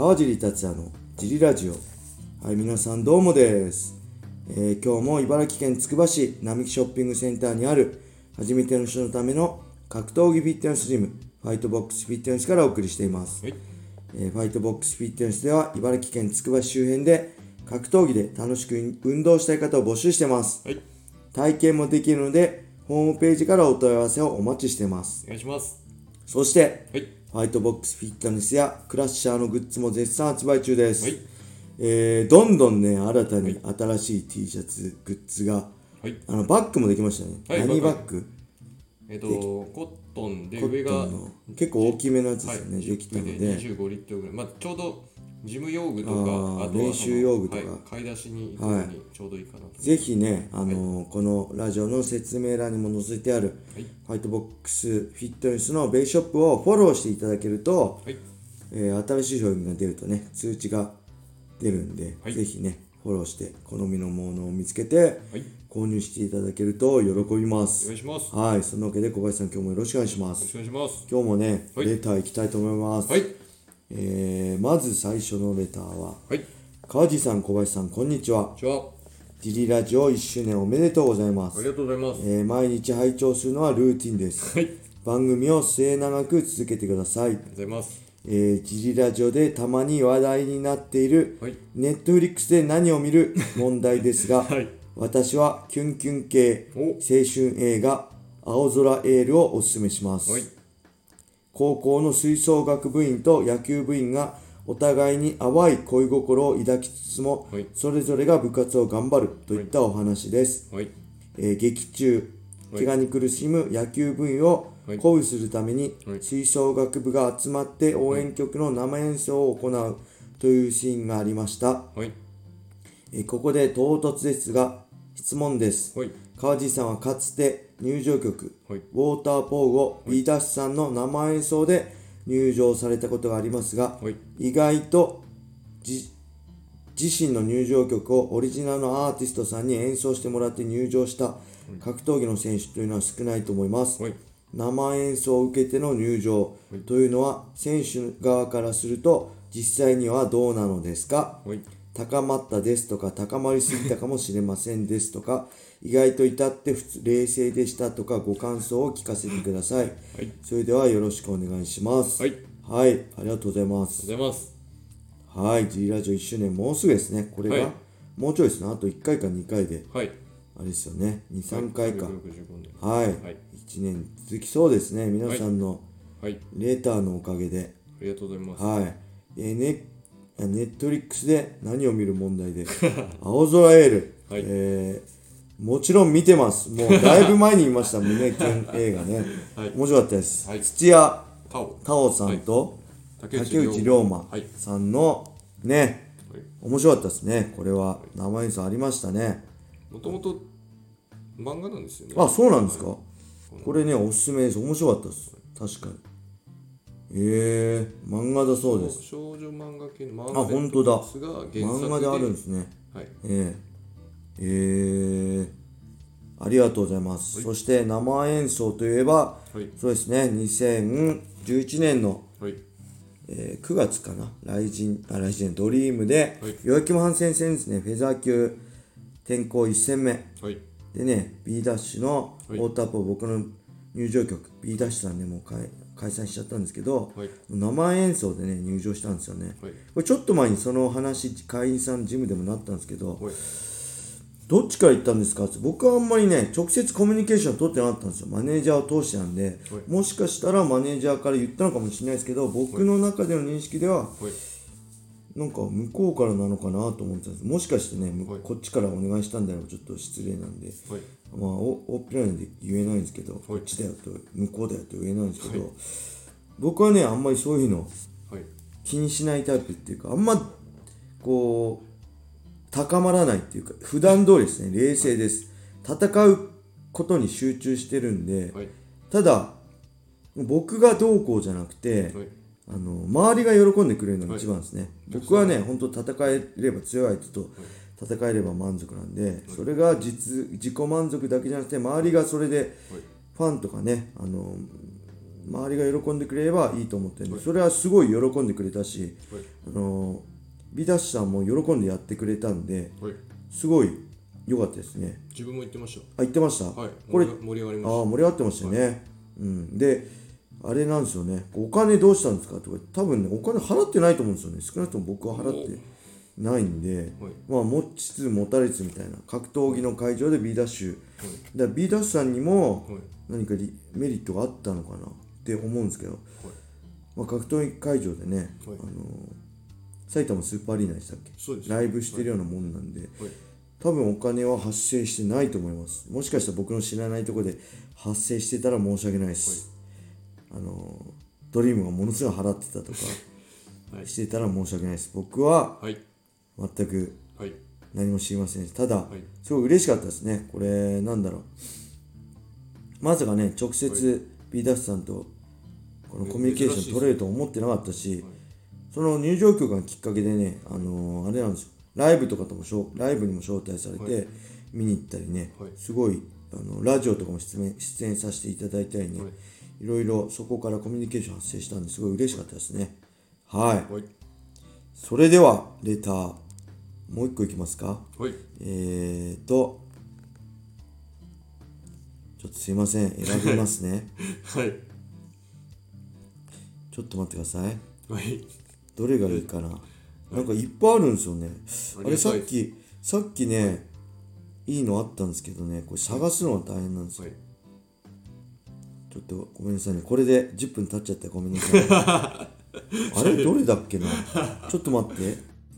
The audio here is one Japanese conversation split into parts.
川尻達也のジリラジオ。はい、皆さんどうもです。今日も茨城県つくば市並木ショッピングセンターにある初めての人のための格闘技フィットネスジムファイトボックスフィットネスからお送りしています。ファイトボックスフィットネスでは茨城県つくば市周辺で格闘技で楽しく運動したい方を募集しています。体験もできるのでホームページからお問い合わせをお待ちしています。 お願いします。 そして、ファイトボックスフィットネスやクラッシャーのグッズも絶賛発売中です。どんどんね、新たに新しい T シャツ、グッズが、バッグもできましたね。何バッグ？ コットンで上が結構大きめのやつですよね、できたので。 25リットルぐらい。ちょうどジム用具とか、あと練習用具とか、 買い出しに行くのにちょうどいいかなと。 ぜひね、このラジオの説明欄にも載せてある、ファイトボックスフィットネスのベイショップをフォローしていただけると、新しい商品が出るとね、通知が出るんで、ぜひね、フォローして好みのものを見つけて、購入していただけると喜びます。 お願いします。 はい、そのわけで小林さん、今日もよろしくお願いします。 よろしくお願いします。 今日もね、レター行きたいと思います。まず最初のレターは、川地さん、小林さん、こんにちは。 こんにちは。 ジリラジオ1周年おめでとうございます。 ありがとうございます。 毎日拝聴するのはルーティンです。番組を末永く続けてください。 ありがとうございます。 ジリラジオでたまに話題になっている、ネットフリックスで何を見る問題ですが、私はキュンキュン系青春映画青空エールをおすすめします。高校の吹奏楽部員と野球部員がお互いに淡い恋心を抱きつつも、それぞれが部活を頑張るといったお話です。劇中、怪我に苦しむ野球部員を鼓舞するために、吹奏楽部が集まって応援曲の生演奏を行うというシーンがありました。ここで唐突ですが質問です。川地さんはかつて入場曲、ウォーターポーを B ダッシュさんの生演奏で入場されたことがありますが、意外と自身の入場曲をオリジナルのアーティストさんに演奏してもらって入場した格闘技の選手というのは少ないと思います。生演奏を受けての入場というのは選手側からすると実際にはどうなのですか？高まったですとか高まりすぎたかもしれませんですとか意外と至って冷静でしたとかご感想を聞かせてください。それではよろしくお願いします。ありがとうございます。G ラジオ1周年もうすぐですね。これが、もうちょいですね。あと1回か2回で、あれですよね。2、3回か。1年続きそうですね。皆さんのレターのおかげで。 ありがとうございます。 ネットフリックスで何を見る問題で青空エール、もちろん見てます。もうだいぶ前に見ました胸キュン映画ね、面白かったです。土屋太鳳さんと竹内涼真さんのね、面白かったですね。これは生演奏ありましたね。 もともと漫画なんですよね。 あ、そうなんですか。これね、おすすめです。面白かったです。確かに。漫画だそうです。 少女漫画系の本当だ。 漫画であるんですね。ありがとうございます。そして生演奏といえば、そうですね、2011年の、9月かな、ドリームで、ヨアキム・ハンセン戦ですね、フェザー級転向1戦目。でね、B ダッシュのウォーターポー、僕の入場曲、B ダッシュさんでもう解散しちゃったんですけど、生演奏でね、入場したんですよね。これちょっと前にその話、会員さんジムでもなったんですけど、どっちから行ったんですかって、僕はあんまりね、直接コミュニケーション取ってなかったんですよ。マネージャーを通してなんで、もしかしたらマネージャーから言ったのかもしれないですけど、僕の中での認識では、なんか向こうからなのかなと思ってたんです。もしかしてね、こっちからお願いしたんだろう、ちょっと失礼なんで、大っぴらにで言えないんですけど、こっちだよと、向こうだよと言えないんですけど、僕はね、あんまりそういうの気にしないタイプっていうか、あんまこう高まらないっていうか、普段通りですね。冷静です。戦うことに集中してるんで、ただ僕がどうこうじゃなくて、周りが喜んでくれるのが一番ですね。僕はね、本当戦えれば強い相手と戦えれば満足なんで、それが自己満足だけじゃなくて、周りがそれでファンとかね、 周りが喜んでくれればいいと思ってるんで、それはすごい喜んでくれたし、B ダッシュさんも喜んでやってくれたんで、すごい良かったですね。 自分も言ってました。 言ってました。 はい。これ盛り上がりました。 盛り上がってましたね。で、あれなんですよね。お金どうしたんですかとか、多分ね、お金払ってないと思うんですよね。少なくとも僕は払ってないんで、持ちつ持たれつみたいな格闘技の会場で B ダッシュ、だから B ダッシュさんにも何かメリットがあったのかなって思うんですけど、格闘技会場でね、埼玉スーパーアリーナでしたっけ、ライブしてるようなもんなんで、多分お金は発生してないと思います。もしかしたら僕の知らないところで発生してたら申し訳ないです。ドリームがものすごい払ってたとかしてたら申し訳ないです。僕は全く何も知りません。ただ、すごい嬉しかったですね。これなんだろう、まさかね直接 B ダッシュさんとこのコミュニケーション取れると思ってなかったし、その入場曲がきっかけでね、あれなんですよ、ライブとかライブにも招待されて見に行ったりね、すごいラジオとかも出演させていただいたりね、いろいろそこからコミュニケーション発生したんですごい嬉しかったですね。それではレターもう一個いきますか。ちょっとすいません、選びますね。ちょっと待ってください。どれがいいかな。なんかいっぱいあるんですよね。あれさっきね、いいのあったんですけどね、これ探すのは大変なんですよ。ちょっとごめんなさいね。これで10分経っちゃったらごめんなさい。あれどれだっけな。ちょっと待って。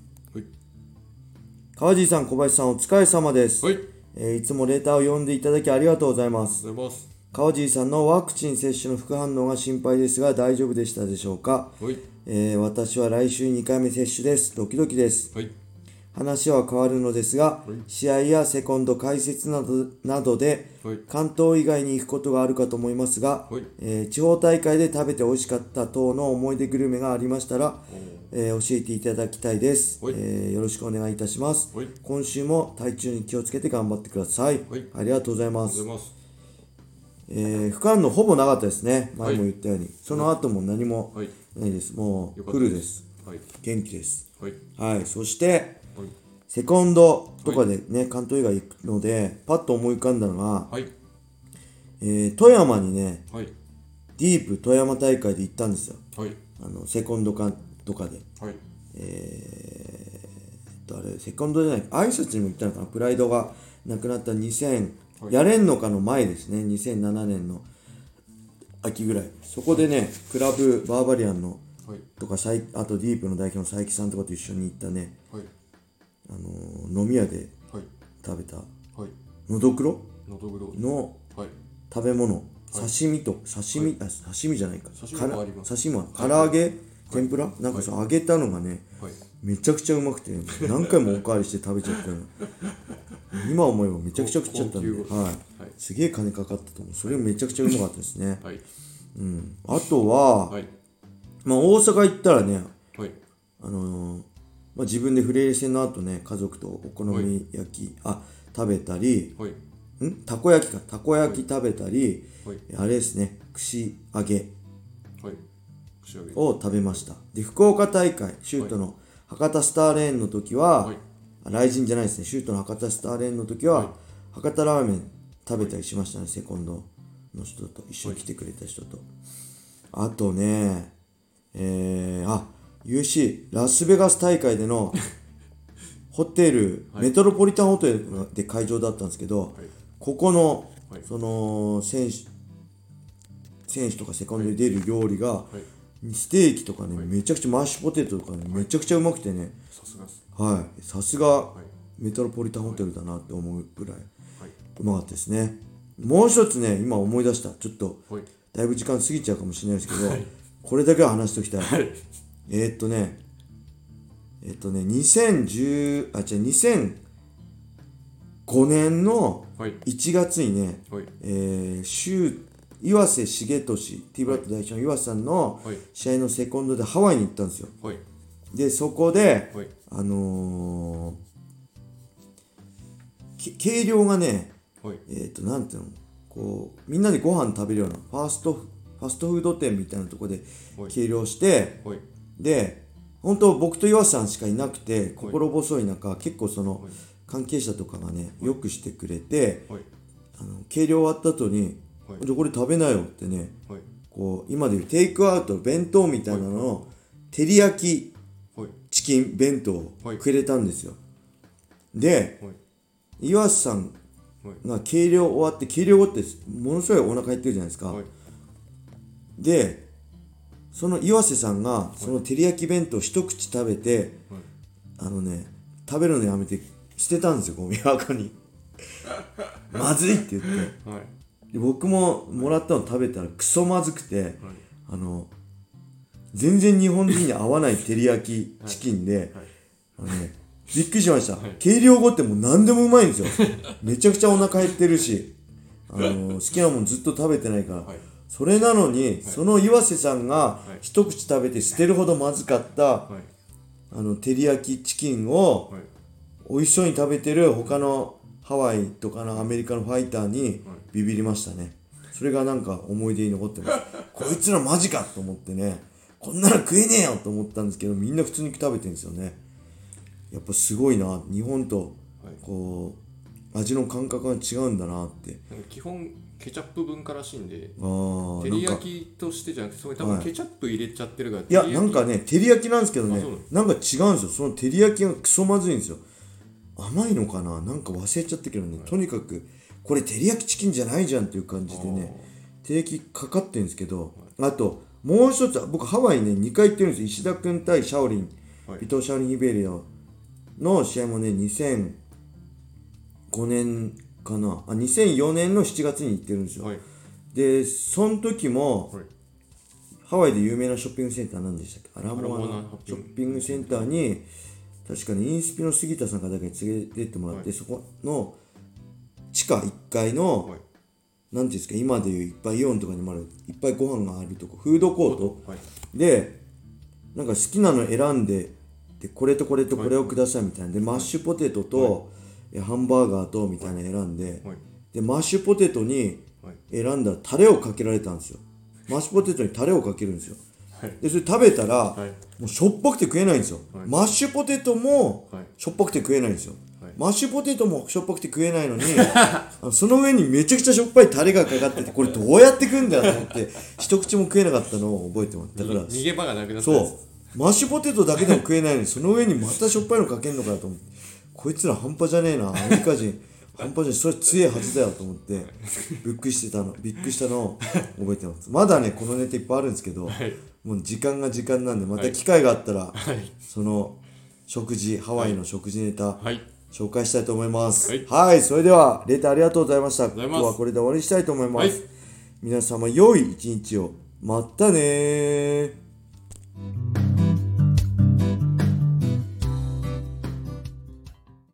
川地さん、小林さん、お疲れ様です。いつもレターを読んでいただきありがとうございます。川地さんのワクチン接種の副反応が心配ですが大丈夫でしたでしょうか。私は来週2回目接種です。ドキドキです。話は変わるのですが、試合やセコンド解説などで関東以外に行くことがあるかと思いますが、地方大会で食べて美味しかった等の思い出グルメがありましたら、教えていただきたいです。よろしくお願いいたします。今週も体調に気をつけて頑張ってください。ありがとうございます。副反応ほぼなかったですね。前も言ったように。その後も何もないです。もうフルです。元気です。そしてセコンドとかでね、関東以外行くのでパッと思い浮かんだのが、富山にね、ディープ富山大会で行ったんですよ。セコンドとかで、あれセコンドじゃない、挨拶にも行ったのかな。プライドがなくなったやれんのかの前ですね。2007年の秋ぐらい。そこでね、クラブバーバリアンのとか、あとディープの代表の佐伯さんとかと一緒に行ったね、飲み屋で食べたのどくろの食べ物、刺身じゃないか、刺身は唐揚げ、天ぷらなんか揚げたのがね、めちゃくちゃうまくて、何回もおかわりして食べちゃったの。今思えばめちゃくちゃ食っちゃったんで、すげえ金かかったと思う。それめちゃくちゃうまかったですね。あとは、大阪行ったらね、自分でフレーレ戦の後ね、家族とお好み焼き食べたり、たこ焼き食べたり、あれですね、串揚げを食べました。で、福岡大会シュートの博多スターレーンの時は、雷神じゃないですね、シュートの博多スターレーンの時は、博多ラーメン食べたりしましたね。セコンドの人と一緒に来てくれた人と。あとね、USC ラスベガス大会でのホテル、メトロポリタンホテルで会場だったんですけど、ここのその選手とかセコンドで出る料理が、ステーキとかね、めちゃくちゃマッシュポテトとかね、めちゃくちゃうまくてね、さすがメトロポリタンホテルだなって思うぐらいうまかったですね。もう一つね、今思い出した。ちょっとだいぶ時間過ぎちゃうかもしれないですけど、これだけは話しておきたい。2005年の1月にね、岩瀬重俊、T ブラッド代表の岩瀬さんの試合のセコンドでハワイに行ったんですよ。で、そこで、計量がね、なんていうの、こうみんなでご飯食べるようなファファストフード店みたいなところではい計量して、 はいで本当僕と岩瀬さんしかいなくて心細い中、結構そのはい関係者とかがねよくしてくれて、 はい計量終わった後に、 はいじゃあこれ食べなよってね、 はいこう今でいうテイクアウト弁当みたいなのを照り焼きはいチキン弁当をくれたんですよ。ではい岩瀬さんが計量終わって、計量後ってものすごいお腹減ってるじゃないですか、 はいでその岩瀬さんがその照り焼き弁当一口食べて、食べるのやめて捨てたんですよ、ゴミ箱にまずいって言ってはいで僕ももらったの食べたらクソまずくて、全然日本人に合わない照り焼きチキンで、びっくりしました、計量後ってもう何でもうまいんですよめちゃくちゃお腹減ってるし、好きなもんずっと食べてないから、 はいそれなのに、その岩瀬さんが一口食べて捨てるほどまずかった、照り焼きチキンを美味しそうに食べてる他のハワイとかのアメリカのファイターにビビりましたね。それがなんか思い出に残ってますこいつらマジかと思ってね、こんなの食えねえよと思ったんですけど、みんな普通に食べてるんですよね。やっぱすごいな、日本とこう味の感覚が違うんだなって。 基本ケチャップ文化らしいんで、 あー照り焼きとしてじゃなくて、それ多分ケチャップ入れちゃってるから、 いやなんかね照り焼きなんですけどね、 そうなんか違うんですよ。その照り焼きがクソまずいんですよ。甘いのかな、なんか忘れちゃったけどね、とにかくこれ照り焼きチキンじゃないじゃんっていう感じでね、照り焼きかかってるんですけど、あともう一つ、僕ハワイね2回行ってるんですよ。石田君対シャオリン、伊藤シャオリン・イベリアの試合もね2005年かな、2004年の7月に行ってるんですよ、でその時も、ハワイで有名なショッピングセンターなんでしたっけ、アラモアナショッピングセンターに確かにインスピの杉田さんかだけに連れてってもらって、そこの地下1階の、なんていうんですか、今でいういっぱいイオンとかにもあるいっぱいご飯があるとこ、フードコート、でなんか好きなの選んで、これとこれとこれをくださいみたいなで、マッシュポテトと、ハンバーガーとみたいな選んで、でマッシュポテトに選んだらタレをかけられたんですよ。マッシュポテトにタレをかけるんですよ。でそれ食べたら、もうしょっぱくて食えないんですよ。マッシュポテトもしょっぱくて食えないんですよ。マッシュポテトもしょっぱくて食えないのにその上にめちゃくちゃしょっぱいタレがかかってて、これどうやって食うんだよと思って一口も食えなかったのを覚えてます。だから逃げ場がなくなったそうマッシュポテトだけでも食えないのにその上にまたしょっぱいのかけんのかよと思って、こいつら半端じゃねえな、アメリカ人半端じゃねえ、それ強いはずだよと思ってびっくりしたのを覚えてます。まだねこのネタいっぱいあるんですけど、もう時間が時間なんで、また機会があったら、その食事、ハワイの食事ネタ、紹介したいと思います。はい、それではレターありがとうございました。今日はこれで終わりにしたいと思います。皆様良い一日を。またねー。